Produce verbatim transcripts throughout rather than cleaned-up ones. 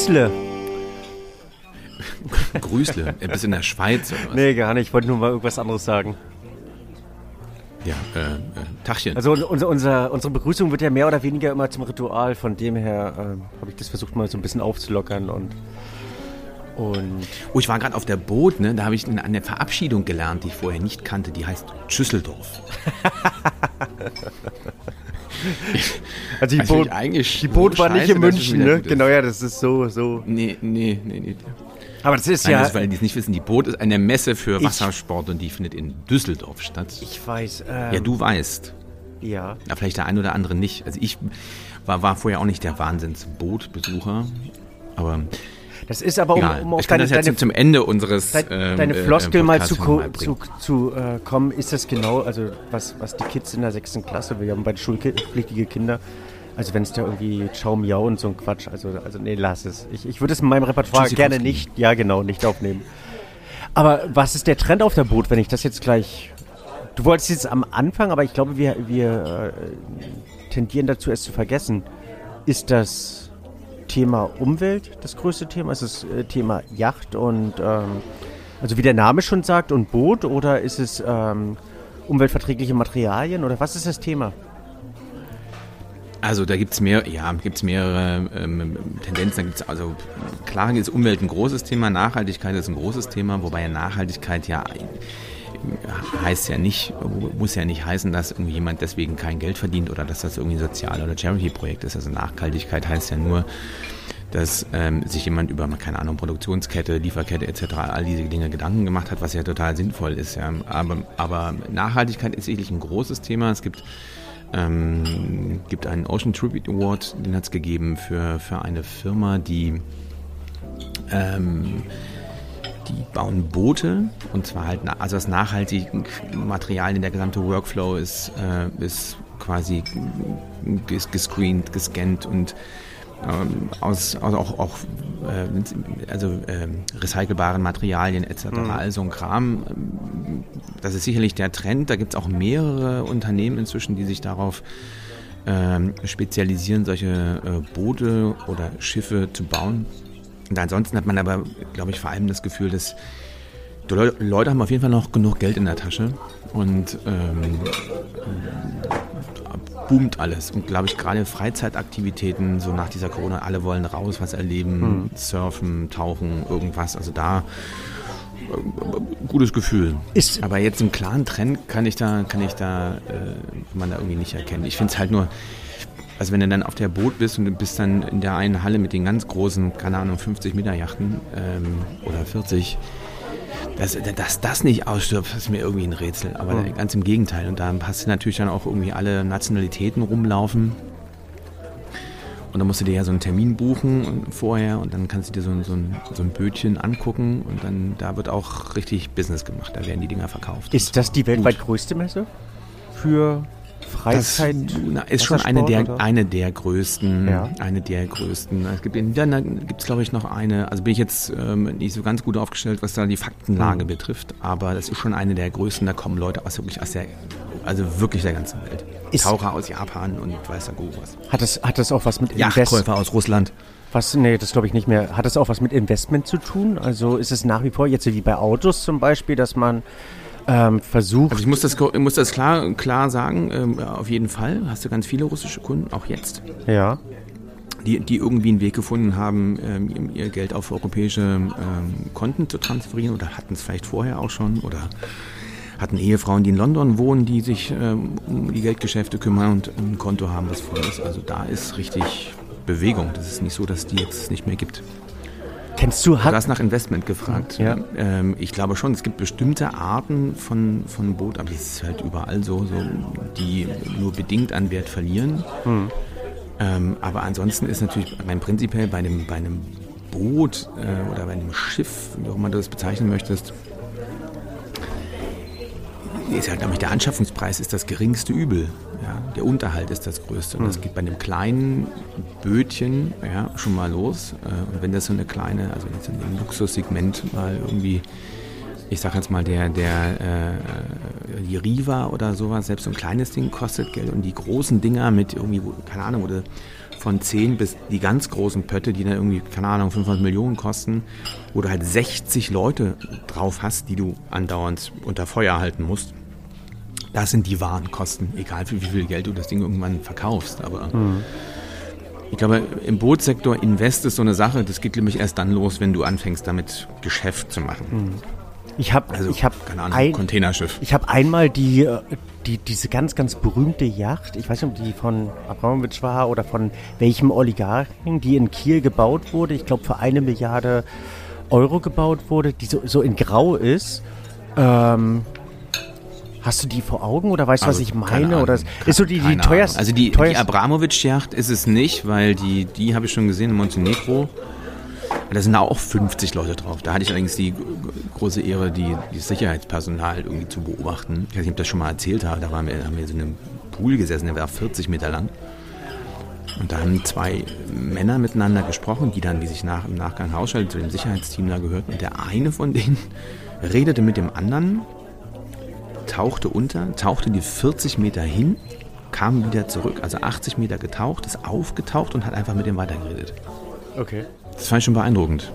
Grüßle. Grüßle. Ein bisschen in der Schweiz oder was? Nee, gar nicht. Ich wollte nur mal irgendwas anderes sagen. Ja, äh, äh, Tachchen. Also unser, unser, unsere Begrüßung wird ja mehr oder weniger immer zum Ritual. Von dem her äh, habe ich das versucht mal so ein bisschen aufzulockern und und oh, ich war gerade auf der Boot, ne? Da habe ich eine Verabschiedung gelernt, die ich vorher nicht kannte. Die heißt Schüsseldorf. also die also Boot, eigentlich die Boot so war nicht scheiße, in München, ne? Genau, ja, das ist so, so. Nee, nee, nee, nee. Aber das ist Nein, ja... das, weil die es nicht wissen, die Boot ist eine Messe für Wassersport und die findet in Düsseldorf statt. Ich weiß. Ähm, ja, du weißt. Ja. Ja, vielleicht der ein oder andere nicht. Also ich war, war vorher auch nicht der Wahnsinns-Bootbesucher, aber... Das ist aber, um, um auf ich kann deine, das jetzt deine, zum Ende unseres deine, ähm, deine äh, Floskel mal zu, mal zu, zu äh, kommen, ist das genau, also was, was die Kids in der sechsten Klasse, wir haben beide schulpflichtige Kinder, also wenn es da irgendwie Ciao Miau und so ein Quatsch, also, also nee, lass es. Ich, ich würde es in meinem Repertoire gerne nicht, ja genau, nicht aufnehmen. Aber was ist der Trend auf der Boot, wenn ich das jetzt gleich, du wolltest jetzt am Anfang, aber ich glaube, wir, wir äh, tendieren dazu, es zu vergessen. Ist das Thema Umwelt das größte Thema? Ist es äh, Thema Yacht und, ähm, also wie der Name schon sagt, und Boot? Oder ist es ähm, umweltverträgliche Materialien? Oder was ist das Thema? Also da gibt es mehr, ja, gibt's mehrere ähm, Tendenzen. Da gibt's also klar ist Umwelt ein großes Thema, Nachhaltigkeit ist ein großes Thema, wobei Nachhaltigkeit ja heißt ja nicht, muss ja nicht heißen, dass irgendwie jemand deswegen kein Geld verdient oder dass das irgendwie ein Sozial- oder Charity-Projekt ist. Also Nachhaltigkeit heißt ja nur, dass ähm, sich jemand über, keine Ahnung, Produktionskette, Lieferkette et cetera all diese Dinge Gedanken gemacht hat, was ja total sinnvoll ist. Ja. Aber, aber Nachhaltigkeit ist sicherlich ein großes Thema. Es gibt ähm, gibt einen Ocean Tribute Award, den hat es gegeben für, für eine Firma, die ähm, Die bauen Boote und zwar halt, also das nachhaltige Material, der gesamte Workflow ist, äh, ist quasi ges- gescreent, gescannt und ähm, aus, aus auch, auch äh, also äh, recycelbaren Materialien et cetera. Mhm. All so ein Kram. Das ist sicherlich der Trend. Da gibt es auch mehrere Unternehmen inzwischen, die sich darauf äh, spezialisieren, solche äh, Boote oder Schiffe zu bauen. Und ansonsten hat man aber, glaube ich, vor allem das Gefühl, dass die Leute, Leute haben auf jeden Fall noch genug Geld in der Tasche und ähm, boomt alles. Und glaube ich, gerade Freizeitaktivitäten, so nach dieser Corona, alle wollen raus, was erleben, hm. surfen, tauchen, irgendwas. Also da äh, gutes Gefühl. Ist aber jetzt einen klaren Trend kann ich da, kann ich da, äh, man da irgendwie nicht erkennen. Ich finde es halt nur... Also wenn du dann auf der Boot bist und du bist dann in der einen Halle mit den ganz großen, keine Ahnung, fünfzig Meter Yachten ähm, oder vierzig, dass, dass das nicht ausstirbt, ist mir irgendwie ein Rätsel. Aber mhm. ganz im Gegenteil. Und da hast du natürlich dann auch irgendwie alle Nationalitäten rumlaufen. Und dann musst du dir ja so einen Termin buchen vorher und dann kannst du dir so ein, so ein, so ein Bötchen angucken und dann da wird auch richtig Business gemacht. Da werden die Dinger verkauft. Ist das die weltweit größte Messe für... Freizeit das, na, ist schon eine der, eine der größten, ja. eine der größten. Es gibt in dann gibt es glaube ich noch eine, also bin ich jetzt ähm, nicht so ganz gut aufgestellt, was da die Faktenlage mhm. betrifft, aber das ist schon eine der größten, da kommen Leute aus wirklich aus der, also wirklich der ganzen Welt. Ist Taucher aus Japan und weiß der Guru was. Hat das, hat das auch was mit Yachtkäufer aus Russland? Was, nee, das glaube ich nicht mehr. Hat das auch was mit Investment zu tun? Also ist es nach wie vor, jetzt wie bei Autos zum Beispiel, dass man Ähm, versucht. Also ich muss das, ich muss das klar, klar sagen, ähm, auf jeden Fall hast du ganz viele russische Kunden, auch jetzt, ja. die, die irgendwie einen Weg gefunden haben, ähm, ihr Geld auf europäische ähm, Konten zu transferieren oder hatten es vielleicht vorher auch schon oder hatten Ehefrauen, die in London wohnen, die sich ähm, um die Geldgeschäfte kümmern und ein Konto haben, das voll ist. Also da ist richtig Bewegung. Das ist nicht so, dass es die jetzt nicht mehr gibt. Kennst du, du hast nach Investment gefragt. Ja. Ähm, ich glaube schon, es gibt bestimmte Arten von, von Boot, aber das ist halt überall so, so die nur bedingt an Wert verlieren. Hm. Ähm, aber ansonsten ist natürlich rein prinzipiell bei einem, bei einem Boot äh, oder bei einem Schiff, wie auch immer du das bezeichnen möchtest, ist halt, nämlich der Anschaffungspreis ist das geringste Übel. Ja? Der Unterhalt ist das größte. Und das geht bei einem kleinen Bötchen ja, schon mal los. Und wenn das so eine kleine, also jetzt in dem Luxussegment mal irgendwie, ich sag jetzt mal, der, der äh, die Riva oder sowas, selbst so ein kleines Ding kostet Geld. Und die großen Dinger mit irgendwie, keine Ahnung, wo du von zehn bis die ganz großen Pötte, die dann irgendwie, keine Ahnung, fünfhundert Millionen kosten, wo du halt sechzig Leute drauf hast, die du andauernd unter Feuer halten musst. Das sind die wahren Kosten, egal für wie viel Geld du das Ding irgendwann verkaufst. Aber mhm. ich glaube, im Bootssektor Invest ist so eine Sache, das geht nämlich erst dann los, wenn du anfängst, damit Geschäft zu machen. Mhm. Ich habe also, ich hab ein Containerschiff. Ich habe einmal die, die, diese ganz, ganz berühmte Yacht, ich weiß nicht, ob die von Abramovich war oder von welchem Oligarchen, die in Kiel gebaut wurde, ich glaube für eine Milliarde Euro gebaut wurde, die so, so in Grau ist. Ähm, hast du die vor Augen oder weißt du, also, was ich meine? Ahnung, oder ist so die, die teuerste? Also die, teuerste die Abramovich-Yacht ist es nicht, weil die, die habe ich schon gesehen in Montenegro. Da sind auch fünfzig Leute drauf. Da hatte ich allerdings die große Ehre, die, die Sicherheitspersonal irgendwie zu beobachten. Ich weiß nicht, ob ich das schon mal erzählt habe. Da waren wir, haben wir so in einem Pool gesessen, der war vierzig Meter lang. Und da haben zwei Männer miteinander gesprochen, die dann, wie sich nach, im Nachgang herausstellte, zu dem Sicherheitsteam da gehörten. Und der eine von denen redete mit dem anderen, tauchte unter, tauchte die vierzig Meter hin, kam wieder zurück, also achtzig Meter getaucht, ist aufgetaucht und hat einfach mit dem weitergeredet. Okay. Das fand ich schon beeindruckend.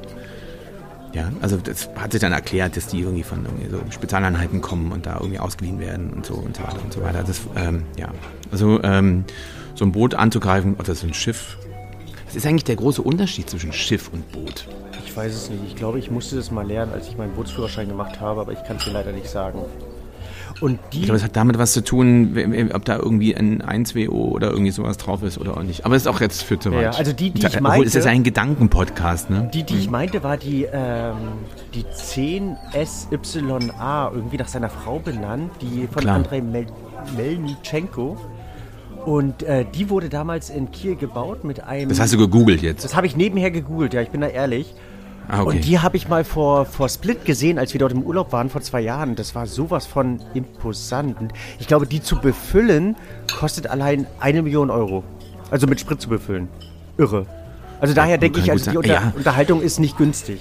Ja, also das hat sich dann erklärt, dass die irgendwie von irgendwie so Spezialeinheiten kommen und da irgendwie ausgeliehen werden und so und so weiter und so weiter. Das, ähm, ja, also ähm, so ein Boot anzugreifen oder so ein Schiff. Was ist eigentlich der große Unterschied zwischen Schiff und Boot? Ich weiß es nicht. Ich glaube, ich musste das mal lernen, als ich meinen Bootsführerschein gemacht habe, aber ich kann es dir leider nicht sagen. Und die ich glaube, es hat damit was zu tun, ob da irgendwie ein eins W O oder irgendwie sowas drauf ist oder auch nicht. Aber es ist auch jetzt für zu weit. Ja, also die, die ich meinte... Obwohl, es ist ein Gedankenpodcast, ne? Die, die ich meinte, war die, ähm, die zehn S Y A, irgendwie nach seiner Frau benannt, die von Klar. Andrei Mel- Melnitschenko. Und äh, die wurde damals in Kiel gebaut mit einem... Das hast du gegoogelt jetzt? Das habe ich nebenher gegoogelt, ja, ich bin da ehrlich. Ah, okay. Und die habe ich mal vor, vor Split gesehen, als wir dort im Urlaub waren, vor zwei Jahren. Das war sowas von imposant. Und ich glaube, die zu befüllen, kostet allein eine Million Euro. Also mit Sprit zu befüllen. Irre. Also daher denke ich, also die Unter- ja. Unterhaltung ist nicht günstig.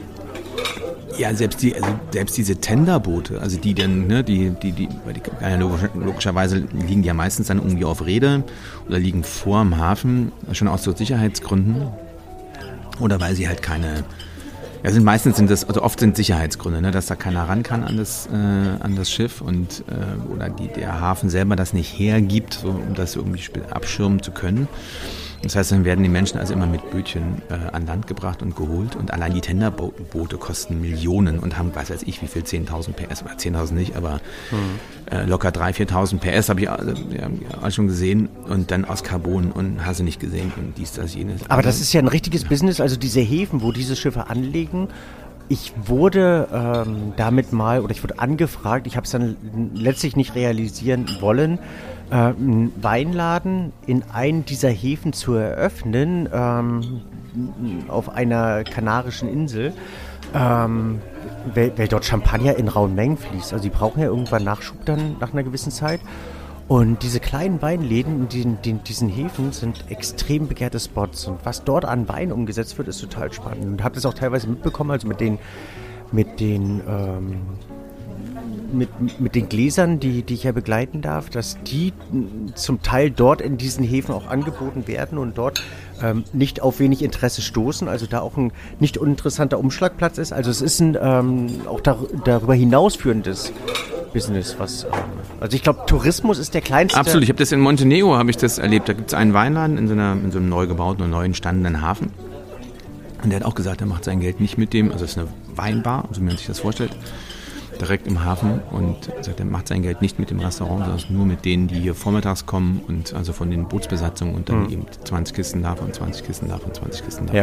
Ja, selbst die, also selbst diese Tenderboote, also die dann, ne, die, die, die, die ja, logisch, logischerweise liegen die ja meistens dann irgendwie auf Reede oder liegen vor dem Hafen, schon aus so Sicherheitsgründen. Oder weil sie halt keine, ja, sind meistens sind das, also oft sind Sicherheitsgründe, ne, dass da keiner ran kann an das, äh, an das Schiff und äh, oder die, der Hafen selber das nicht hergibt, so, um das irgendwie abschirmen zu können. Das heißt, dann werden die Menschen also immer mit Bötchen äh, an Land gebracht und geholt und allein die Tenderboote kosten Millionen und haben, weiß weiß ich, wie viel, zehntausend P S, oder zehntausend nicht, aber mhm. äh, locker dreitausend, viertausend P S habe ich also, ja, auch schon gesehen und dann aus Carbon und hast du nicht gesehen und dies, das, jenes. Aber das ist ja ein richtiges ja. Business, also diese Häfen, wo diese Schiffe anlegen. Ich wurde ähm, damit mal, oder ich wurde angefragt, ich habe es dann letztlich nicht realisieren wollen, äh, einen Weinladen in einen dieser Häfen zu eröffnen, ähm, auf einer kanarischen Insel, ähm, weil, weil dort Champagner in rauen Mengen fließt. Also die brauchen ja irgendwann Nachschub dann nach einer gewissen Zeit. Und diese kleinen Weinläden in diesen, den, diesen Häfen sind extrem begehrte Spots. Und was dort an Wein umgesetzt wird, ist total spannend. Und habe das auch teilweise mitbekommen, also mit den, mit den, ähm, mit, mit den Gläsern, die, die ich ja begleiten darf, dass die zum Teil dort in diesen Häfen auch angeboten werden und dort ähm, nicht auf wenig Interesse stoßen. Also da auch ein nicht uninteressanter Umschlagplatz ist. Also es ist ein ähm, auch dar- darüber hinausführendes Business, was, also ich glaube, Tourismus ist der kleinste. Absolut, ich habe das in Montenegro, habe ich das erlebt. Da gibt es einen Weinladen in so, einer, in so einem neu gebauten und neu entstandenen Hafen. Und der hat auch gesagt, er macht sein Geld nicht mit dem, also es ist eine Weinbar, so wie man sich das vorstellt, direkt im Hafen. Und er sagt, er macht sein Geld nicht mit dem Restaurant, sondern nur mit denen, die hier vormittags kommen und also von den Bootsbesatzungen und dann mhm. eben zwanzig Kisten davon, zwanzig Kisten davon, zwanzig Kisten davon. Ja.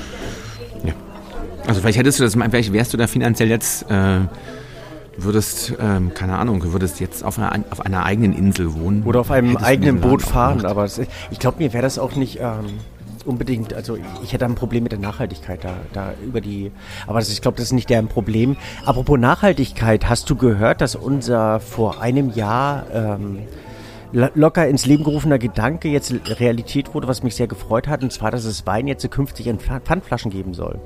Ja. Also vielleicht hättest du das, vielleicht wärst du da finanziell jetzt... Äh, würdest, ähm, keine Ahnung, du würdest jetzt auf einer, auf einer eigenen Insel wohnen. Oder auf einem eigenen Boot fahren, aber es, ich glaube, mir wäre das auch nicht ähm, unbedingt, also ich hätte ein Problem mit der Nachhaltigkeit da, da über die, aber das, ich glaube, das ist nicht deren Problem. Apropos Nachhaltigkeit, hast du gehört, dass unser vor einem Jahr ähm, locker ins Leben gerufener Gedanke jetzt Realität wurde, was mich sehr gefreut hat, und zwar, dass es Wein jetzt künftig in Pfandflaschen geben soll?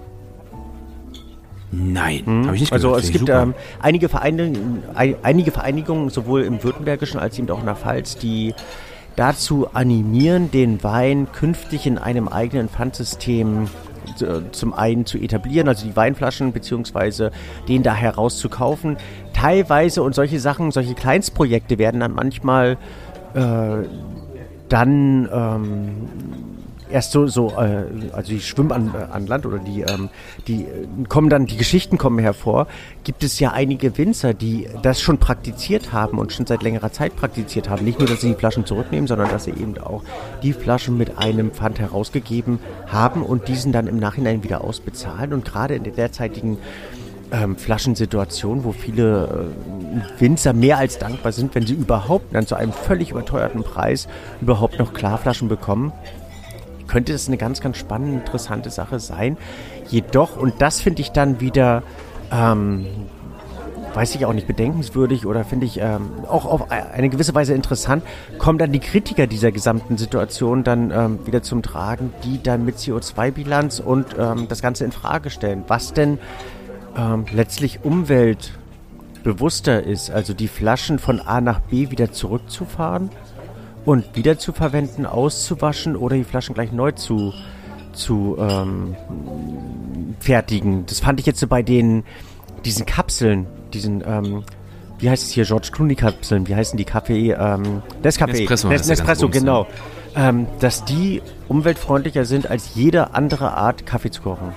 Nein, hm. habe ich nicht gehört. Also es gibt ähm, einige, Vereine, ein, einige Vereinigungen, sowohl im Württembergischen als eben auch in der Pfalz, die dazu animieren, den Wein künftig in einem eigenen Pfandsystem zum einen zu etablieren, also die Weinflaschen beziehungsweise den da herauszukaufen. Teilweise und solche Sachen, solche Kleinstprojekte werden dann manchmal äh, dann ähm, erst so, so äh, also die schwimmen an, an Land oder die, ähm, die kommen dann, die Geschichten kommen hervor. Gibt es ja einige Winzer, die das schon praktiziert haben und schon seit längerer Zeit praktiziert haben. Nicht nur, dass sie die Flaschen zurücknehmen, sondern dass sie eben auch die Flaschen mit einem Pfand herausgegeben haben und diesen dann im Nachhinein wieder ausbezahlen. Und gerade in der derzeitigen ähm, Flaschensituation, wo viele äh, Winzer mehr als dankbar sind, wenn sie überhaupt dann zu einem völlig überteuerten Preis überhaupt noch Klarflaschen bekommen, könnte das eine ganz, ganz spannende, interessante Sache sein. Jedoch, und das finde ich dann wieder, ähm, weiß ich auch nicht, bedenkenswürdig oder finde ich ähm, auch auf eine gewisse Weise interessant, kommen dann die Kritiker dieser gesamten Situation dann ähm, wieder zum Tragen, die dann mit C O zwei Bilanz und ähm, das Ganze in Frage stellen. Was denn ähm, letztlich umweltbewusster ist, also die Flaschen von A nach B wieder zurückzufahren und wieder zu verwenden, auszuwaschen oder die Flaschen gleich neu zu, zu ähm, fertigen. Das fand ich jetzt so bei den diesen Kapseln, diesen, ähm, wie heißt es hier, George Clooney Kapseln, wie heißen die Kaffee, ähm, Nescafé, Nespresso, Nes- Nespresso, genau, ähm, dass die umweltfreundlicher sind als jede andere Art Kaffee zu kochen.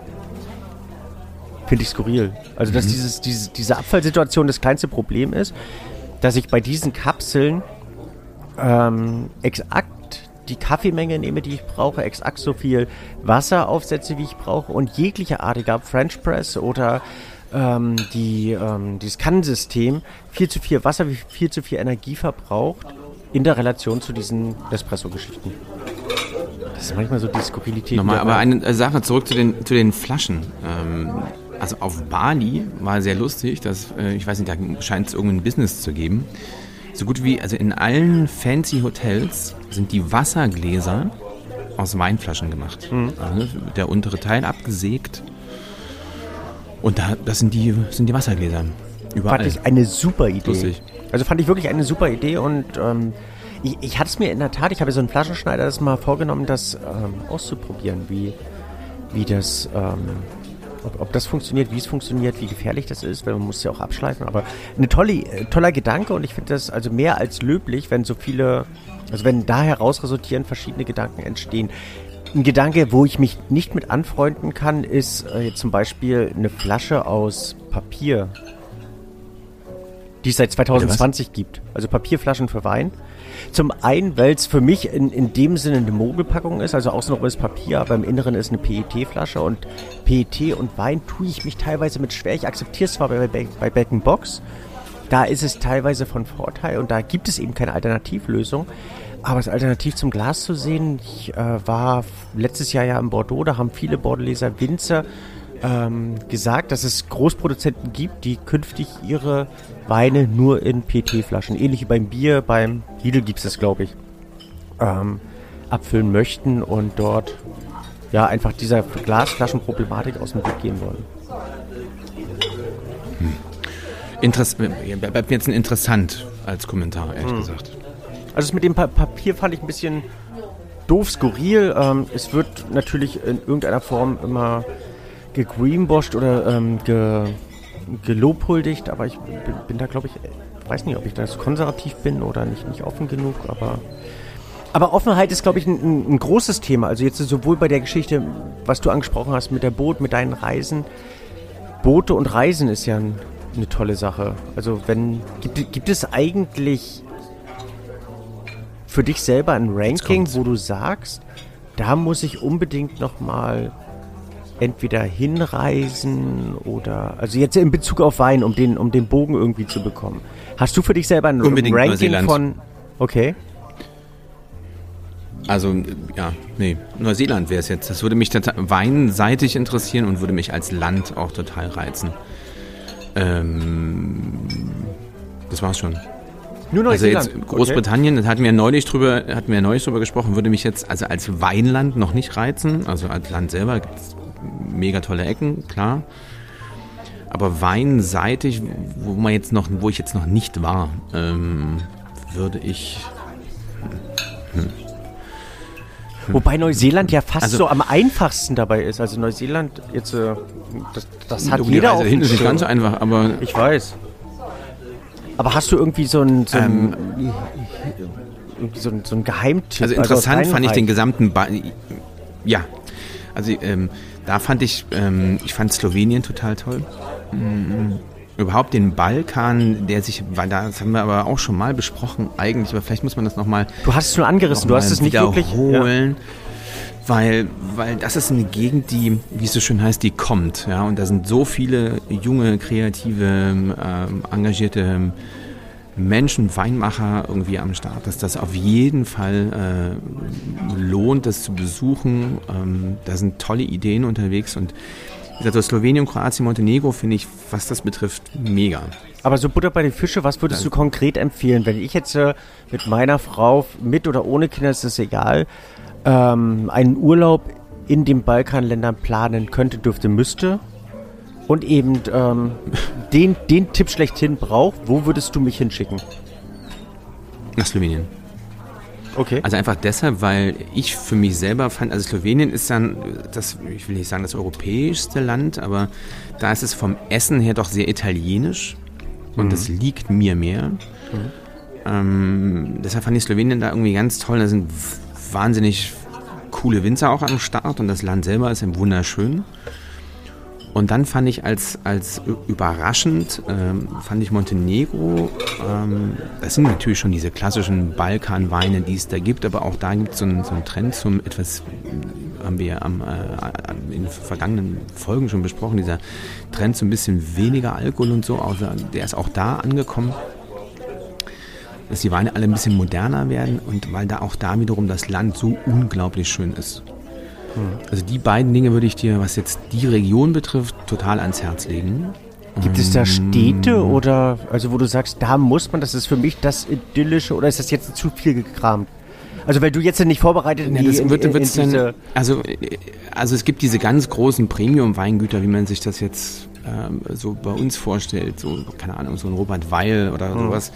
Finde ich skurril. Also, dass mhm. dieses, dieses, diese Abfallsituation das kleinste Problem ist, dass ich bei diesen Kapseln Ähm, exakt die Kaffeemenge nehme, die ich brauche, exakt so viel Wasser aufsetze, wie ich brauche und jegliche Art, egal French Press oder ähm, die, ähm, dieses Kannensystem, viel zu viel Wasser, viel zu viel Energie verbraucht in der Relation zu diesen Espresso-Geschichten. Das ist manchmal so die Skurrilität. Nochmal, aber eine Sache zurück zu den, zu den Flaschen. Ähm, also auf Bali war sehr lustig, dass, äh, ich weiß nicht, da scheint es irgendein Business zu geben. So gut wie, also in allen fancy Hotels sind die Wassergläser aus Weinflaschen gemacht. Mhm. Also der untere Teil abgesägt. Und da, das sind die, sind die Wassergläser. Überall. Fand ich eine super Idee. Lustig. Also fand ich wirklich eine super Idee und ähm, ich, ich hatte es mir in der Tat, ich habe so einen Flaschenschneider das mal vorgenommen, das ähm, auszuprobieren, wie, wie das, ähm, ob, ob das funktioniert, wie es funktioniert, wie gefährlich das ist, weil man muss ja auch abschleifen. Aber ein tolle, toller Gedanke und ich finde das also mehr als löblich, wenn so viele, also wenn da heraus resultieren verschiedene Gedanken entstehen. Ein Gedanke, wo ich mich nicht mit anfreunden kann, ist äh, zum Beispiel eine Flasche aus Papier, die es seit zwanzig zwanzig gibt. Also Papierflaschen für Wein. Zum einen, weil es für mich in, in dem Sinne eine Mogelpackung ist, also außenrum ist Papier, aber im Inneren ist eine P E T-Flasche und P E T und Wein tue ich mich teilweise mit schwer. Ich akzeptiere es zwar bei, bei, bei Bag-in-Box, da ist es teilweise von Vorteil und da gibt es eben keine Alternativlösung. Aber als Alternativ zum Glas zu sehen, ich äh, war letztes Jahr ja in Bordeaux, da haben viele Bordeleser Winzer ähm, gesagt, dass es Großproduzenten gibt, die künftig ihre Weine nur in P E T-Flaschen, ähnlich wie beim Bier, beim Lidl gibt es das, glaube ich, ähm, abfüllen möchten und dort ja einfach dieser Glasflaschenproblematik aus dem Weg gehen wollen. Hm. Interess- bleibt mir jetzt ein interessant als Kommentar, ehrlich hm. gesagt. Also das mit dem pa- Papier fand ich ein bisschen doof, skurril. Ähm, es wird natürlich in irgendeiner Form immer gegreenwashed oder ähm, ge, gelobhuldigt, aber ich bin, bin da, glaube ich, weiß nicht, ob ich da so konservativ bin oder nicht, nicht offen genug, aber aber Offenheit ist, glaube ich, ein, ein großes Thema. Also jetzt sowohl bei der Geschichte, was du angesprochen hast mit der Boot, mit deinen Reisen. Boote und Reisen ist ja ein, eine tolle Sache. Also wenn, gibt, gibt es eigentlich für dich selber ein Ranking, wo du sagst, da muss ich unbedingt nochmal entweder hinreisen oder, also jetzt in Bezug auf Wein, um den, um den Bogen irgendwie zu bekommen. Hast du für dich selber ein unbedingt Ranking Neuseeland. Von, okay. Also, ja, nee, Neuseeland wäre es jetzt. Das würde mich total weinseitig interessieren und würde mich als Land auch total reizen. Ähm, das war's schon. Nur Neuseeland. Also jetzt Großbritannien, okay. das hatten wir neulich drüber, hatten wir neulich drüber gesprochen, würde mich jetzt also als Weinland noch nicht reizen. Also als Land selber gibt es mega tolle Ecken, klar. Aber weinseitig, wo man jetzt noch, wo ich jetzt noch nicht war, ähm, würde ich, Hm. Wobei Neuseeland ja fast also, so am einfachsten dabei ist. Also Neuseeland, jetzt, äh, das, das hat jeder auf dem Schirm. Ist nicht ganz so einfach, aber... Ich weiß. Aber hast du irgendwie so ein, so ein, ähm, so ein, so ein Geheimtipp? Also interessant also fand ich den gesamten... Ba- ja, also ähm, da fand ich, ähm, ich fand Slowenien total toll. Mhm. Überhaupt den Balkan, der sich, weil das haben wir aber auch schon mal besprochen eigentlich, aber vielleicht muss man das nochmal... Du hast es nur angerissen, du hast es nicht wirklich... Wiederholen, ja. weil, weil das ist eine Gegend, die, wie es so schön heißt, die kommt. Ja, und da sind so viele junge, kreative, ähm, engagierte Menschen, Weinmacher irgendwie am Start, dass das auf jeden Fall äh, lohnt, das zu besuchen. Ähm, da sind tolle Ideen unterwegs und also Slowenien, Kroatien, Montenegro finde ich, was das betrifft, mega. Aber so Butter bei den Fische, was würdest du konkret empfehlen? Wenn ich jetzt äh, mit meiner Frau, mit oder ohne Kinder, ist das egal, ähm, einen Urlaub in den Balkanländern planen könnte, dürfte, müsste und eben ähm, den, den Tipp schlechthin braucht, wo würdest du mich hinschicken? Nach Slowenien. Okay. Also einfach deshalb, weil ich für mich selber fand, also Slowenien ist dann, das, ich will nicht sagen das europäischste Land, aber da ist es vom Essen her doch sehr italienisch und mhm. das liegt mir mehr. Mhm. Ähm, deshalb fand ich Slowenien da irgendwie ganz toll. Da sind wahnsinnig coole Winzer auch am Start und das Land selber ist wunderschön. Und dann fand ich als, als überraschend, ähm, fand ich Montenegro, ähm, das sind natürlich schon diese klassischen Balkanweine, die es da gibt, aber auch da gibt es so einen, so einen Trend zum etwas, haben wir am, äh, in vergangenen Folgen schon besprochen, dieser Trend zu ein bisschen weniger Alkohol und so, also der ist auch da angekommen, dass die Weine alle ein bisschen moderner werden und weil da auch da wiederum das Land so unglaublich schön ist. Also die beiden Dinge würde ich dir, was jetzt die Region betrifft, total ans Herz legen. Gibt es da Städte oder, also wo du sagst, da muss man, das ist für mich das Idyllische oder ist das jetzt zu viel gekramt? Also weil du jetzt ja nicht vorbereitet in, ja, die, das wird, in, in, in dann, diese... Also, also es gibt diese ganz großen Premium-Weingüter, wie man sich das jetzt ähm, so bei uns vorstellt, so, keine Ahnung, so ein Robert Weil oder mhm. sowas.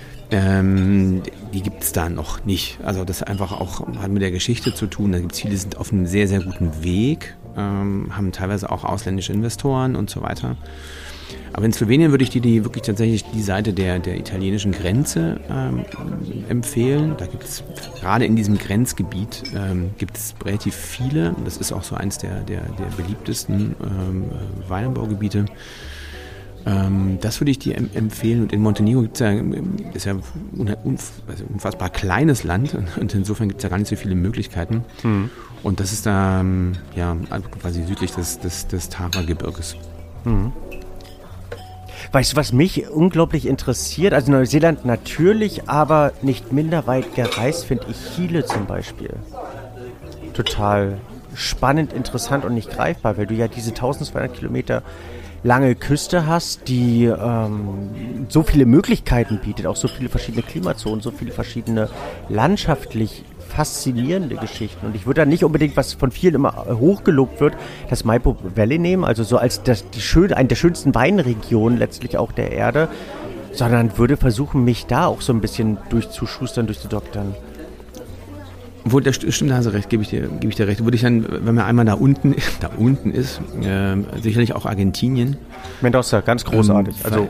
Ähm, die gibt es da noch nicht. Also das einfach auch hat mit der Geschichte zu tun. Da gibt es viele, die sind auf einem sehr, sehr guten Weg, ähm, haben teilweise auch ausländische Investoren und so weiter. Aber in Slowenien würde ich dir die wirklich tatsächlich die Seite der, der italienischen Grenze ähm, empfehlen. Da gibt es gerade in diesem Grenzgebiet ähm, gibt es relativ viele. Das ist auch so eins der, der, der beliebtesten ähm, Weinanbaugebiete. Das würde ich dir empfehlen. Und in Montenegro gibt's ja, ist ja ein also unfassbar kleines Land und insofern gibt es ja gar nicht so viele Möglichkeiten. Mhm. Und das ist da ja, quasi südlich des, des, des Tara-Gebirges. Mhm. Weißt du, was mich unglaublich interessiert? Also Neuseeland natürlich, aber nicht minder weit gereist, finde ich Chile zum Beispiel. Total spannend, interessant und nicht greifbar, weil du ja diese eintausendzweihundert Kilometer lange Küste hast, die ähm, so viele Möglichkeiten bietet, auch so viele verschiedene Klimazonen, so viele verschiedene landschaftlich faszinierende Geschichten. Und ich würde da nicht unbedingt, was von vielen immer hochgelobt wird, das Maipo Valley nehmen, also so als das, die schön, eine der schönsten Weinregionen letztlich auch der Erde, sondern würde versuchen, mich da auch so ein bisschen durchzuschustern, durchzudoktern. Obwohl, das stimmt, da hast du recht, gebe ich dir, gebe ich dir recht. Würde ich dann, wenn man einmal da unten, da unten ist, äh, sicherlich auch Argentinien. Mendoza, ganz großartig. Ähm, weil, also,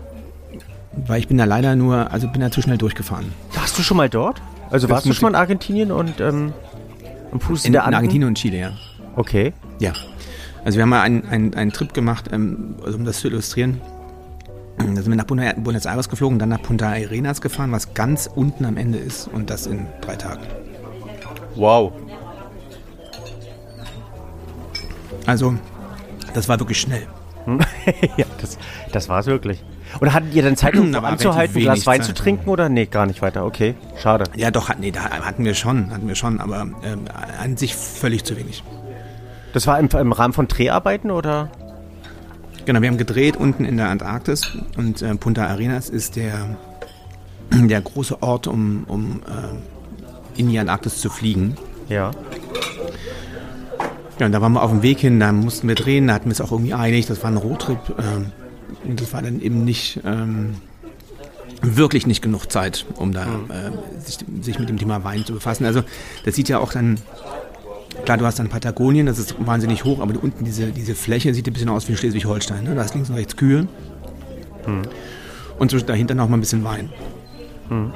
weil ich bin da leider nur, also bin da zu schnell durchgefahren. Warst du schon mal dort? Also das warst du schon mal in Argentinien und ähm, am Fuß in, der Anden? In Argentinien und Chile, ja. Okay. Ja. Also wir haben mal einen, einen, einen Trip gemacht, ähm, also um das zu illustrieren. Da sind wir nach Buenos Aires geflogen, dann nach Punta Arenas gefahren, was ganz unten am Ende ist und das in drei Tagen. Wow. Also, das war wirklich schnell. Ja, das, das war es wirklich. Und hattet ihr dann Zeit, um anzuhalten, ein Glas Wein Zeit. zu trinken oder? Nee, gar nicht weiter. Okay, schade. Ja, doch, nee, da hatten wir schon, hatten wir schon, aber ähm, an sich völlig zu wenig. Das war im, im Rahmen von Dreharbeiten oder? Genau, wir haben gedreht unten in der Antarktis und äh, Punta Arenas ist der, der große Ort, um, um äh, in die Antarktis zu fliegen. Ja. Ja, und da waren wir auf dem Weg hin, da mussten wir drehen, da hatten wir es auch irgendwie eilig, das war ein Roadtrip. Ähm, und das war dann eben nicht, ähm, wirklich nicht genug Zeit, um da mhm. äh, sich, sich mit dem Thema Wein zu befassen. Also das sieht ja auch dann, klar, du hast dann Patagonien, das ist wahnsinnig hoch, aber unten diese, diese Fläche sieht ein bisschen aus wie Schleswig-Holstein. Ne? Da ist links und rechts Kühe mhm. und dahinter noch mal ein bisschen Wein. Mhm.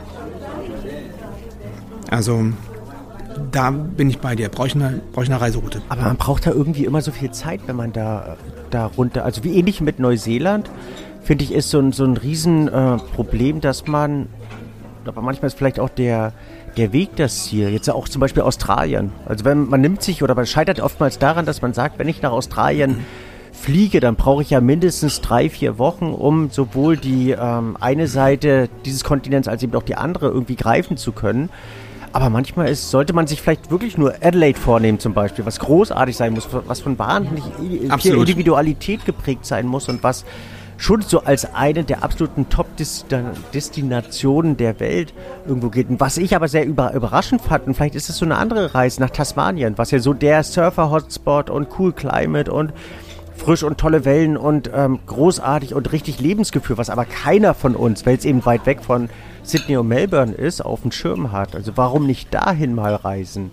Also da bin ich bei dir, brauche ich eine, brauche ich eine Reiseroute. Aber man braucht da irgendwie immer so viel Zeit, wenn man da, da runter, also wie ähnlich mit Neuseeland, finde ich, ist so ein, so ein Riesenproblem, äh, dass man, aber manchmal ist vielleicht auch der, der Weg das Ziel. Jetzt auch zum Beispiel Australien. Also wenn man nimmt sich, oder man scheitert oftmals daran, dass man sagt, wenn ich nach Australien mhm. fliege, dann brauche ich ja mindestens drei, vier Wochen, um sowohl die ähm, eine Seite dieses Kontinents als eben auch die andere irgendwie greifen zu können. Aber manchmal ist, sollte man sich vielleicht wirklich nur Adelaide vornehmen zum Beispiel, was großartig sein muss, was von wahnsinnig viel Individualität geprägt sein muss und was schon so als eine der absoluten Top-Destinationen der Welt irgendwo geht. Und was ich aber sehr über, überraschend fand, und vielleicht ist es so eine andere Reise nach Tasmanien, was ja so der Surfer-Hotspot und Cool Climate und frisch und tolle Wellen und ähm, großartig und richtig Lebensgefühl, was aber keiner von uns, weil es eben weit weg von Sydney und Melbourne ist, auf dem Schirm hat. Also warum nicht dahin mal reisen?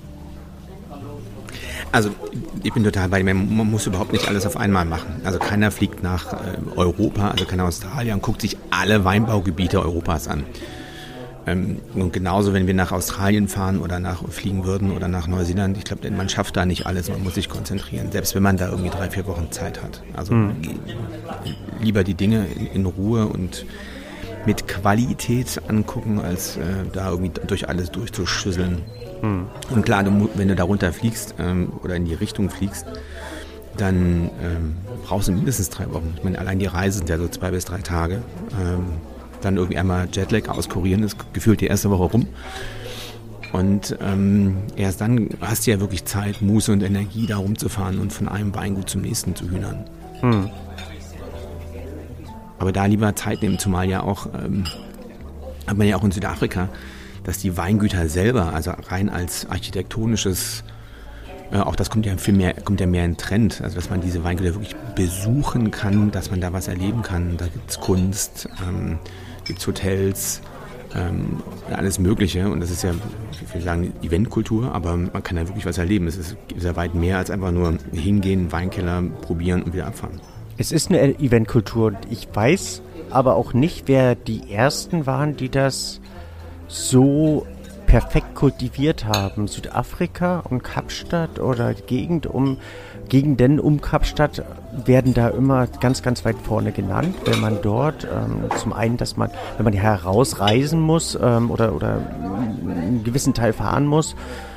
Also ich bin total bei dir, man muss überhaupt nicht alles auf einmal machen. Also keiner fliegt nach äh, Europa, also keiner Australien und guckt sich alle Weinbaugebiete Europas an. Ähm, und genauso, wenn wir nach Australien fahren oder nach fliegen würden oder nach Neuseeland, ich glaube, man schafft da nicht alles, man muss sich konzentrieren, selbst wenn man da irgendwie drei, vier Wochen Zeit hat. Also mhm. lieber die Dinge in, in Ruhe und mit Qualität angucken, als äh, da irgendwie durch alles durchzuschüsseln. Hm. Und klar, du, wenn du da runter fliegst ähm, oder in die Richtung fliegst, dann ähm, brauchst du mindestens drei Wochen. Ich meine, allein die Reise sind ja so zwei bis drei Tage. Ähm, dann irgendwie einmal Jetlag auskurieren, ist gefühlt die erste Woche rum. Und ähm, erst dann hast du ja wirklich Zeit, Muße und Energie, da rumzufahren und von einem Weingut zum nächsten zu hühnern. Hm. Aber da lieber Zeit nehmen, zumal ja auch, ähm, hat man ja auch in Südafrika, dass die Weingüter selber, also rein als architektonisches, äh, auch das kommt ja viel mehr, kommt ja mehr in Trend, also dass man diese Weingüter wirklich besuchen kann, dass man da was erleben kann. Da gibt's Kunst, ähm, gibt's Hotels, ähm, alles Mögliche. Und das ist ja, ich will sagen, Eventkultur, aber man kann da wirklich was erleben. Es ist sehr weit mehr als einfach nur hingehen, Weinkeller probieren und wieder abfahren. Es ist eine Eventkultur und ich weiß aber auch nicht, wer die Ersten waren, die das so perfekt kultiviert haben. Südafrika und Kapstadt oder die Gegend um, Gegenden um Kapstadt werden da immer ganz, ganz weit vorne genannt, wenn man dort ähm, zum einen, dass man, wenn man herausreisen muss ähm, oder, oder einen gewissen Teil fahren muss,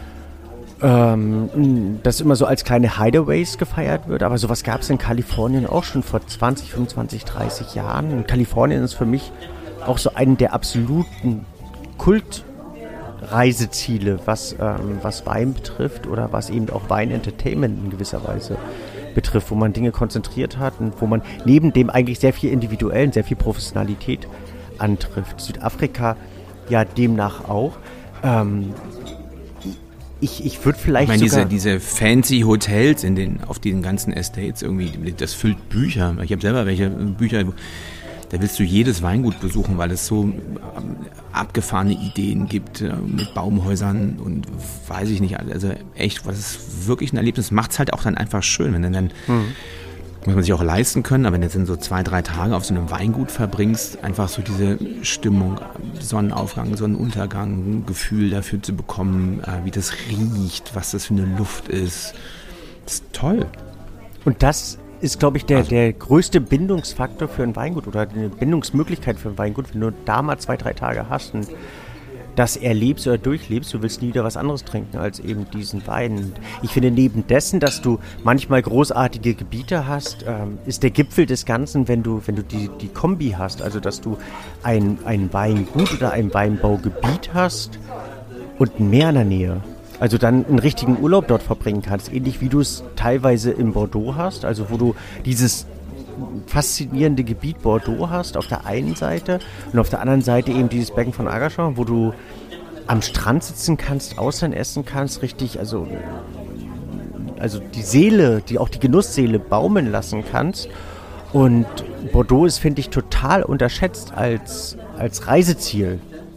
ähm, das immer so als kleine Hideaways gefeiert wird, aber sowas gab es in Kalifornien auch schon vor zwanzig, fünfundzwanzig, dreißig Jahren. Und Kalifornien ist für mich auch so einen der absoluten Kultreiseziele, was, ähm, was Wein betrifft oder was eben auch Wein-Entertainment in gewisser Weise betrifft, wo man Dinge konzentriert hat und wo man neben dem eigentlich sehr viel Individuellen, sehr viel Professionalität antrifft. Südafrika ja demnach auch. Ähm, ich ich würde vielleicht ich meine, sogar... Diese, diese fancy Hotels in den, auf diesen ganzen Estates irgendwie, das füllt Bücher. Ich habe selber welche Bücher... Da willst du jedes Weingut besuchen, weil es so abgefahrene Ideen gibt mit Baumhäusern und weiß ich nicht. Also echt, was ist wirklich ein Erlebnis. Macht es halt auch dann einfach schön, wenn du dann, mhm. muss man sich auch leisten können, aber wenn du jetzt in so zwei, drei Tage auf so einem Weingut verbringst, einfach so diese Stimmung, Sonnenaufgang, Sonnenuntergang, ein Gefühl dafür zu bekommen, wie das riecht, was das für eine Luft ist. Das ist toll. Und das ist, glaube ich, der, also, der größte Bindungsfaktor für ein Weingut oder eine Bindungsmöglichkeit für ein Weingut, wenn du da mal zwei, drei Tage hast und das erlebst oder durchlebst, du willst nie wieder was anderes trinken als eben diesen Wein. Ich finde, neben dessen, dass du manchmal großartige Gebiete hast, ähm, ist der Gipfel des Ganzen, wenn du, wenn du die, die Kombi hast, also dass du ein, ein Weingut oder ein Weinbaugebiet hast und ein Meer in der Nähe. Also dann einen richtigen Urlaub dort verbringen kannst, ähnlich wie du es teilweise in Bordeaux hast, also wo du dieses faszinierende Gebiet Bordeaux hast auf der einen Seite und auf der anderen Seite eben dieses Becken von Arcachon, wo du am Strand sitzen kannst, Austern essen kannst, richtig, also, also die Seele, die auch die Genussseele baumeln lassen kannst Und Bordeaux ist, finde ich, total unterschätzt als, als Reiseziel.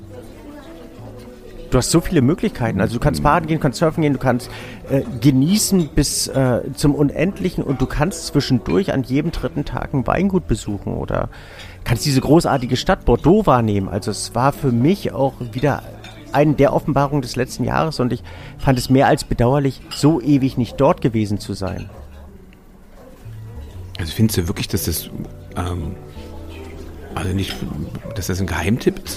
Du hast so viele Möglichkeiten. Also du kannst baden gehen, du kannst surfen gehen, du kannst äh, genießen bis äh, zum Unendlichen und du kannst zwischendurch an jedem dritten Tag ein Weingut besuchen oder kannst diese großartige Stadt Bordeaux wahrnehmen. Also es war für mich auch wieder eine der Offenbarungen des letzten Jahres und ich fand es mehr als bedauerlich, so ewig nicht dort gewesen zu sein. Also findest du wirklich, dass das ähm, also nicht, dass das ein Geheimtipp ist?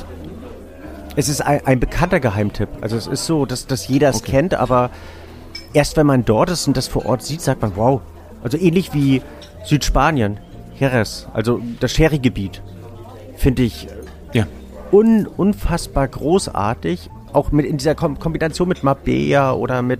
Es ist ein, ein bekannter Geheimtipp. Also es ist so, dass, dass jeder es Okay. kennt, aber erst wenn man dort ist und das vor Ort sieht, sagt man, wow. Also ähnlich wie Südspanien, Jerez, also das Sherry-Gebiet, finde ich Ja. un, unfassbar großartig. Auch mit in dieser Kom- Kombination mit Marbella oder mit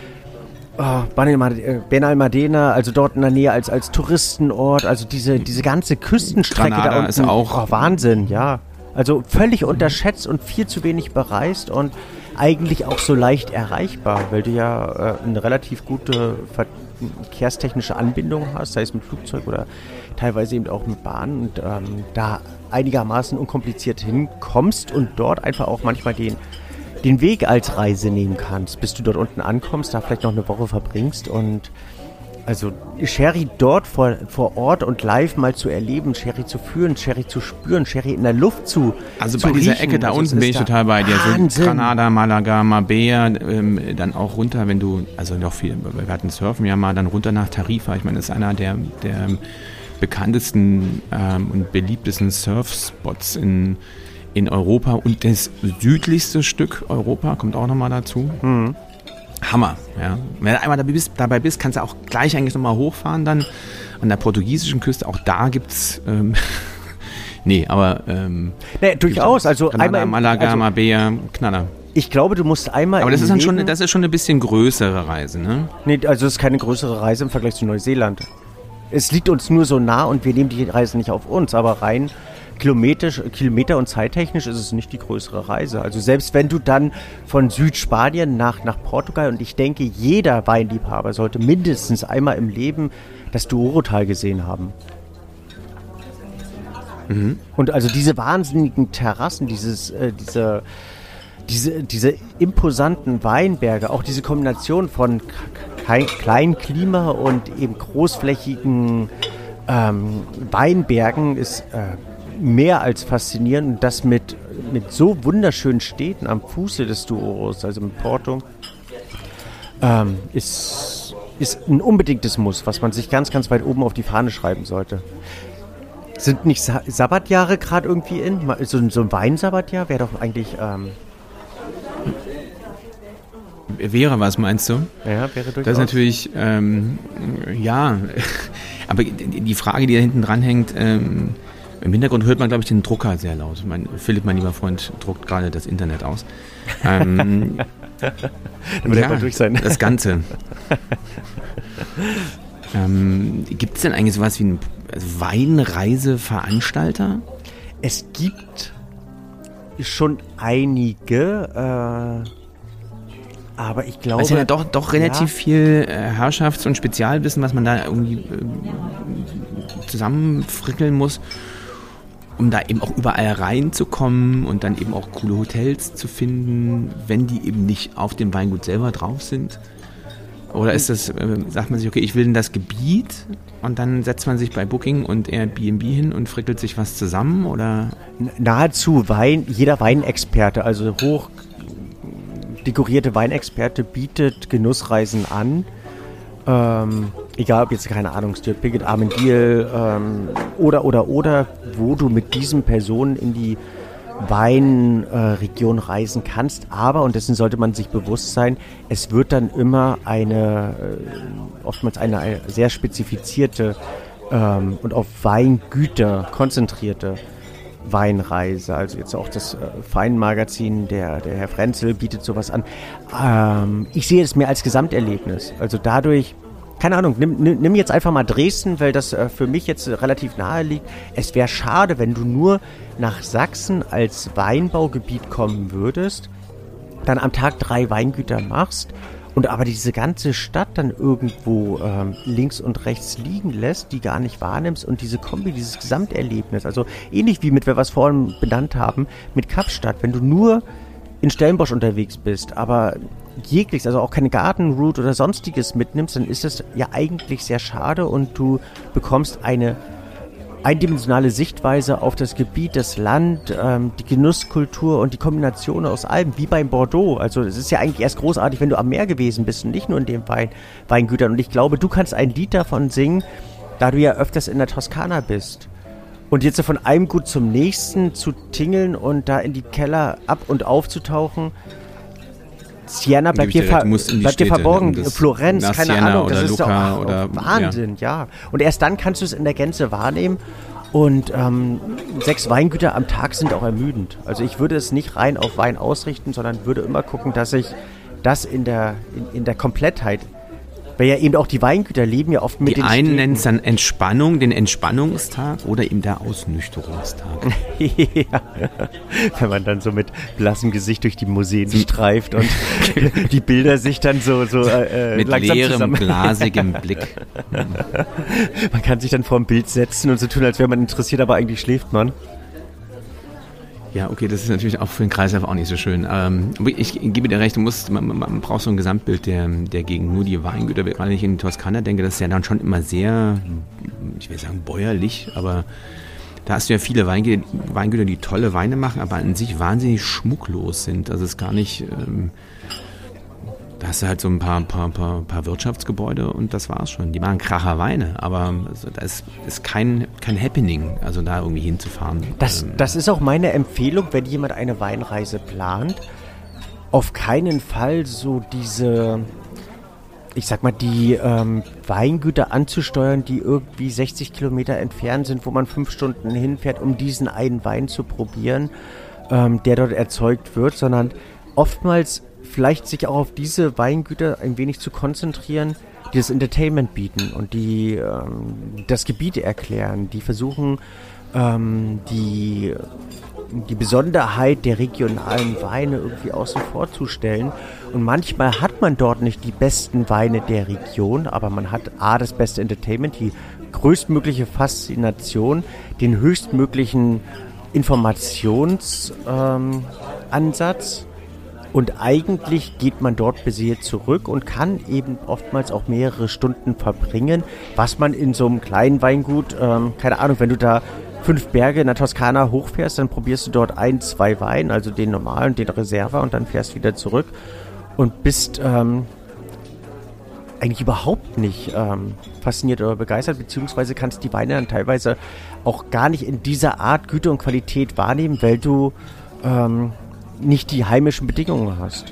oh, Benalmádena, also dort in der Nähe als, als Touristenort. Also diese, diese ganze Küstenstrecke Granada da unten. ist auch- Oh, Wahnsinn, ja. Also völlig unterschätzt und viel zu wenig bereist und eigentlich auch so leicht erreichbar, weil du ja äh, eine relativ gute verkehrstechnische Anbindung hast, sei es mit Flugzeug oder teilweise eben auch mit Bahn und ähm, da einigermaßen unkompliziert hinkommst und dort einfach auch manchmal den, den Weg als Reise nehmen kannst, bis du dort unten ankommst, da vielleicht noch eine Woche verbringst und also Sherry dort vor, vor Ort und live mal zu erleben, Sherry zu fühlen, Sherry zu spüren, Sherry in der Luft zu Also zu bei dieser riechen. Ecke da Also es unten bin ist ich da total bei dir. So Wahnsinn. Granada, Malaga, Marbella, ähm, dann auch runter, wenn du, also noch viel, wir hatten Surfen ja mal, dann runter nach Tarifa. Ich meine, das ist einer der, der bekanntesten ähm, und beliebtesten Surfspots in, in Europa und das südlichste Stück Europa kommt auch nochmal dazu. Mhm. Hammer, ja. Wenn du einmal dabei bist, dabei bist, kannst du auch gleich eigentlich nochmal hochfahren dann an der portugiesischen Küste. Auch da gibt's, ähm, nee, aber ähm, Nee, durchaus. Also Granada, einmal im, Malaga, also Marbella, Knaller. ich glaube, du musst einmal Aber das im ist dann schon, Leben- das ist schon eine bisschen größere Reise, ne? Nee, also es ist keine größere Reise im Vergleich zu Neuseeland. Es liegt uns nur so nah und wir nehmen die Reise nicht auf uns, aber rein kilometrisch, Kilometer- und zeittechnisch ist es nicht die größere Reise. Also selbst wenn du dann von Südspanien nach, nach Portugal und ich denke, jeder Weinliebhaber sollte mindestens einmal im Leben das Douro-Tal gesehen haben. Mhm. Und also diese wahnsinnigen Terrassen, dieses, äh, diese, diese, diese imposanten Weinberge, auch diese Kombination von k- k- kleinen Klima und eben großflächigen ähm, Weinbergen ist äh, mehr als faszinierend. Und das mit, mit so wunderschönen Städten am Fuße des Douros, also mit Porto, ähm, ist, ist ein unbedingtes Muss, was man sich ganz, ganz weit oben auf die Fahne schreiben sollte. Sind nicht Sa- Sabbatjahre gerade irgendwie in? Mal So, ein- so ein Weinsabbatjahr wäre doch eigentlich, ähm, Wäre was, meinst du? ja, wäre durchaus. Das ist natürlich, ähm, ja, aber die Frage, die da hinten dran hängt, ähm, im Hintergrund hört man, glaube ich, den Drucker sehr laut. Mein, Philipp, mein lieber Freund, druckt gerade das Internet aus. Ähm, Dann wird er mal durch sein. Das Ganze. ähm, Gibt es denn eigentlich sowas wie einen also Weinreiseveranstalter? Es gibt schon einige, äh, aber ich glaube... Weil es ja doch, doch relativ ja. viel äh, Herrschafts- und Spezialwissen, was man da irgendwie äh, zusammenfrickeln muss, um da eben auch überall reinzukommen und dann eben auch coole Hotels zu finden, wenn die eben nicht auf dem Weingut selber drauf sind. Oder ist das, äh, sagt man sich, okay, ich will in das Gebiet und dann setzt man sich bei Booking und Airbnb hin und frickelt sich was zusammen, oder? Nahezu Wein, jeder Weinexperte, also hoch dekorierte Weinexperte bietet Genussreisen an. Ähm, egal ob jetzt, keine Ahnung, Stuart Piggott, Armendil ähm, oder, oder, oder, wo du mit diesen Personen in die Weinregion äh, reisen kannst. Aber, und dessen sollte man sich bewusst sein, es wird dann immer eine, äh, oftmals eine, eine sehr spezifizierte ähm, und auf Weingüter konzentrierte Weinreise. Also jetzt auch das äh, Feinmagazin, der, der Herr Frenzel bietet sowas an. Ähm, ich sehe es mehr als Gesamterlebnis. Also dadurch, keine Ahnung, nimm, nimm, nimm jetzt einfach mal Dresden, weil das äh, für mich jetzt äh, relativ nahe liegt. Es wäre schade, wenn du nur nach Sachsen als Weinbaugebiet kommen würdest, dann am Tag drei Weingüter machst und aber diese ganze Stadt dann irgendwo ähm, links und rechts liegen lässt, die gar nicht wahrnimmst und diese Kombi, dieses Gesamterlebnis, also ähnlich wie mit, wir was vorhin benannt haben, mit Kapstadt, wenn du nur in Stellenbosch unterwegs bist, aber jegliches, also auch keine Gartenroute oder sonstiges mitnimmst, dann ist das ja eigentlich sehr schade und du bekommst eine eindimensionale Sichtweise auf das Gebiet, das Land, ähm, die Genusskultur und die Kombination aus allem, wie beim Bordeaux. Also es ist ja eigentlich erst großartig, wenn du am Meer gewesen bist und nicht nur in den Wein, Weingütern. Und ich glaube, du kannst ein Lied davon singen, da du ja öfters in der Toskana bist. Und jetzt so von einem Gut zum nächsten zu tingeln und da in die Keller ab- und aufzutauchen, Siena bleibt dir, ver- bleibt dir verborgen, Florenz, keine Siena Ahnung, das ist Lucca doch oder, Wahnsinn, ja. ja. Und erst dann kannst du es in der Gänze wahrnehmen und ähm, sechs Weingüter am Tag sind auch ermüdend. Also ich würde es nicht rein auf Wein ausrichten, sondern würde immer gucken, dass ich das in der, in, in der Komplettheit, weil ja eben auch die Weingüter leben ja oft mit die den Die einen Städten. nennen es dann Entspannung, den Entspannungstag oder eben der Ausnüchterungstag. Ja, wenn man dann so mit blassem Gesicht durch die Museen streift und die Bilder sich dann so, so äh, mit langsam leerem, zusammen... glasigem Blick. Man kann sich dann vor dem Bild setzen und so tun, als wäre man interessiert, aber eigentlich schläft man. Ja, okay, das ist natürlich auch für den Kreislauf auch nicht so schön. Ähm, ich gebe dir recht, du musst, man, man braucht so ein Gesamtbild der, der Gegend. Nur die Weingüter, wenn ich in die Toskana denke, das ist ja dann schon immer sehr, ich will sagen bäuerlich, aber da hast du ja viele Weingüter, Weingüter, die tolle Weine machen, aber an sich wahnsinnig schmucklos sind. Also es ist gar nicht, ähm, da hast du halt so ein paar, paar, paar, paar Wirtschaftsgebäude und das war's schon. Die machen Kracher Weine, aber also da ist, ist kein, kein Happening, also da irgendwie hinzufahren. Das, ähm, das ist auch meine Empfehlung, wenn jemand eine Weinreise plant. Auf keinen Fall so diese, ich sag mal, die ähm, Weingüter anzusteuern, die irgendwie sechzig Kilometer entfernt sind, wo man fünf Stunden hinfährt, um diesen einen Wein zu probieren, ähm, der dort erzeugt wird, sondern oftmals vielleicht sich auch auf diese Weingüter ein wenig zu konzentrieren, die das Entertainment bieten und die ähm, das Gebiet erklären, die versuchen, ähm, die, die Besonderheit der regionalen Weine irgendwie außen vor zu stellen. Und manchmal hat man dort nicht die besten Weine der Region, aber man hat A, das beste Entertainment, die größtmögliche Faszination, den höchstmöglichen Informationsansatz ähm, und eigentlich geht man dort beseelt zurück und kann eben oftmals auch mehrere Stunden verbringen, was man in so einem kleinen Weingut, ähm, keine Ahnung, wenn du da fünf Berge in der Toskana hochfährst, dann probierst du dort ein, zwei Wein, also den normalen, den Reserva und dann fährst wieder zurück und bist ähm, eigentlich überhaupt nicht ähm, fasziniert oder begeistert, beziehungsweise kannst die Weine dann teilweise auch gar nicht in dieser Art Güte und Qualität wahrnehmen, weil du ähm, nicht die heimischen Bedingungen hast.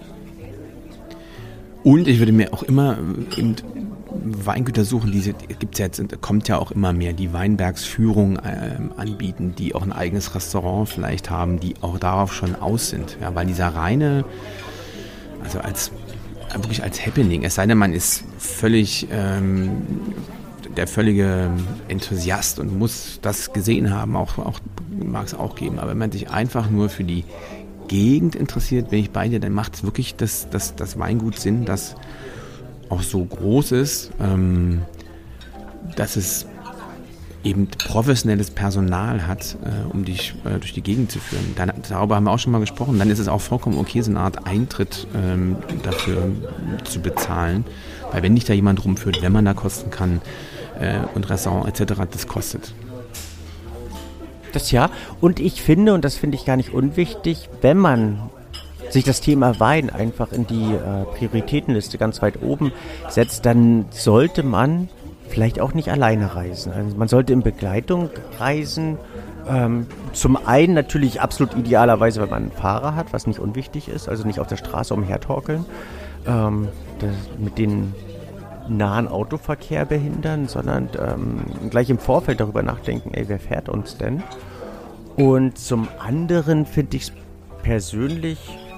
Und ich würde mir auch immer eben Weingüter suchen, diese gibt's ja jetzt, kommt ja auch immer mehr, die Weinbergsführung äh, anbieten, die auch ein eigenes Restaurant vielleicht haben, die auch darauf schon aus sind. Ja, weil dieser reine, also als wirklich als Happening, es sei denn, man ist völlig ähm, der völlige Enthusiast und muss das gesehen haben, auch, auch mag es auch geben, aber wenn man sich einfach nur für die Gegend interessiert, bin ich bei dir, dann macht es wirklich das, das, das Weingut Sinn, das auch so groß ist, ähm, dass es eben professionelles Personal hat, äh, um dich äh, durch die Gegend zu führen. Dann, darüber haben wir auch schon mal gesprochen. Dann ist es auch vollkommen okay, so eine Art Eintritt ähm, dafür zu bezahlen. Weil wenn dich da jemand rumführt, wenn man da kosten kann äh, und Restaurant et cetera, das kostet. Das ja. Und ich finde, und das finde ich gar nicht unwichtig, wenn man sich das Thema Wein einfach in die äh, Prioritätenliste ganz weit oben setzt, dann sollte man vielleicht auch nicht alleine reisen. Also man sollte in Begleitung reisen. Ähm, zum einen natürlich absolut idealerweise, wenn man einen Fahrer hat, was nicht unwichtig ist, also nicht auf der Straße umhertorkeln, ähm, das, mit den nahen Autoverkehr behindern, sondern ähm, gleich im Vorfeld darüber nachdenken, ey, wer fährt uns denn? Und zum anderen finde ich es persönlich...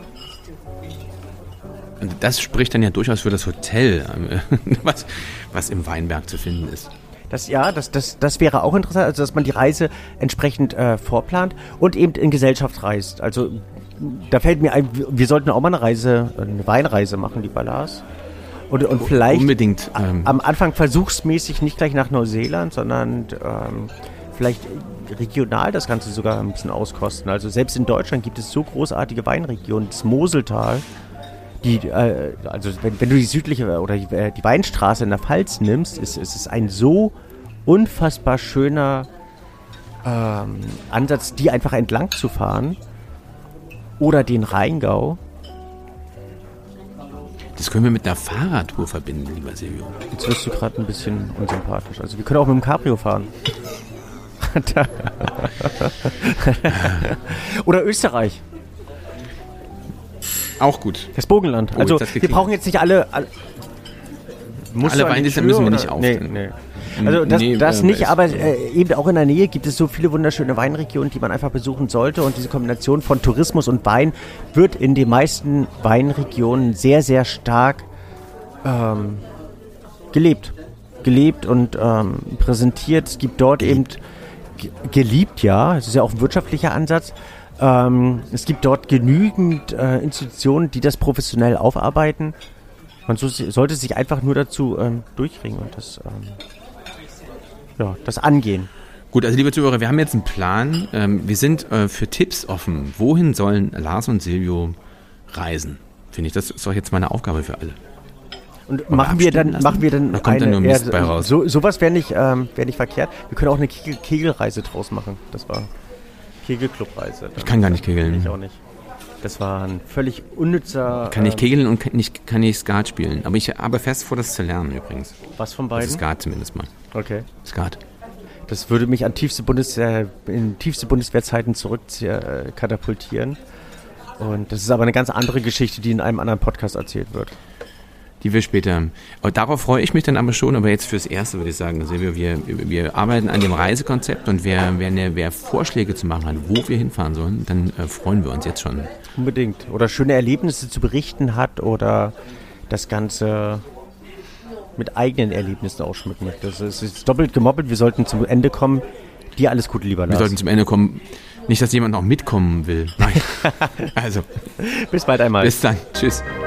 Das spricht dann ja durchaus für das Hotel, was, was im Weinberg zu finden ist. Das, ja, das, das, das wäre auch interessant, also dass man die Reise entsprechend äh, vorplant und eben in Gesellschaft reist. Also da fällt mir ein, wir sollten auch mal eine Reise, eine Weinreise machen, lieber Lars. Und, und vielleicht unbedingt ähm, am Anfang versuchsmäßig nicht gleich nach Neuseeland, sondern ähm, vielleicht regional das Ganze sogar ein bisschen auskosten. Also selbst in Deutschland gibt es so großartige Weinregionen, das Moseltal, die, äh, also wenn, wenn du die südliche oder die, äh, die Weinstraße in der Pfalz nimmst, ist, ist es ein so unfassbar schöner ähm, Ansatz, die einfach entlang zu fahren. Oder den Rheingau. Das können wir mit einer Fahrradtour verbinden, lieber Silvio. Jetzt wirst du gerade ein bisschen unsympathisch. Also wir können auch mit dem Cabrio fahren. Oder Österreich. Auch gut. Das Burgenland. Oh, also das wir brauchen jetzt nicht alle... Alle, alle Weinlisten müssen wir nicht aufstellen. Nee, nee. Also das, nee, das äh, nicht, aber äh, eben auch in der Nähe gibt es so viele wunderschöne Weinregionen, die man einfach besuchen sollte. Und diese Kombination von Tourismus und Wein wird in den meisten Weinregionen sehr, sehr stark ähm, gelebt. Gelebt und ähm, präsentiert. Es gibt dort eben g- geliebt, ja, das ist ja auch ein wirtschaftlicher Ansatz. Ähm, es gibt dort genügend äh, Institutionen, die das professionell aufarbeiten. Man so, sollte sich einfach nur dazu ähm, durchringen und das... Ähm, Ja, das Angehen. Gut, also liebe Zuhörer, wir haben jetzt einen Plan. Ähm, wir sind äh, für Tipps offen. Wohin sollen Lars und Silvio reisen? Finde ich, das ist doch jetzt meine Aufgabe für alle. Und machen wir, dann, machen wir dann da kommt eine... dann nur Mist bei raus. So, sowas wäre nicht, ähm, wär nicht verkehrt. Wir können auch eine Kegel- Kegelreise draus machen. Das war Kegelclubreise. Ich kann gar nicht kegeln. Ich auch nicht. Das war ein völlig unnützer... Kann ich ähm, kegeln und kann nicht, kann ich Skat spielen. Aber ich habe fest vor, das zu lernen übrigens. Was von beiden? Also Skat zumindest mal. Okay. Skat. Das würde mich an tiefste Bundeswehr, in tiefste Bundeswehrzeiten zurück äh, katapultieren. Und das ist aber eine ganz andere Geschichte, die in einem anderen Podcast erzählt wird. Die wir später... Aber darauf freue ich mich dann aber schon. Aber jetzt fürs Erste würde ich sagen, Silvio, wir, wir arbeiten an dem Reisekonzept. Und wer, wer, eine, wer Vorschläge zu machen hat, wo wir hinfahren sollen, dann äh, freuen wir uns jetzt schon. Unbedingt. Oder schöne Erlebnisse zu berichten hat oder das Ganze mit eigenen Erlebnissen ausschmücken möchte. Das ist jetzt doppelt gemoppelt. Wir sollten zum Ende kommen. Dir alles Gute, lieber Lars. Wir sollten zum Ende kommen. Nicht, dass jemand noch mitkommen will. Nein. Also. Bis bald einmal. Bis dann. Tschüss.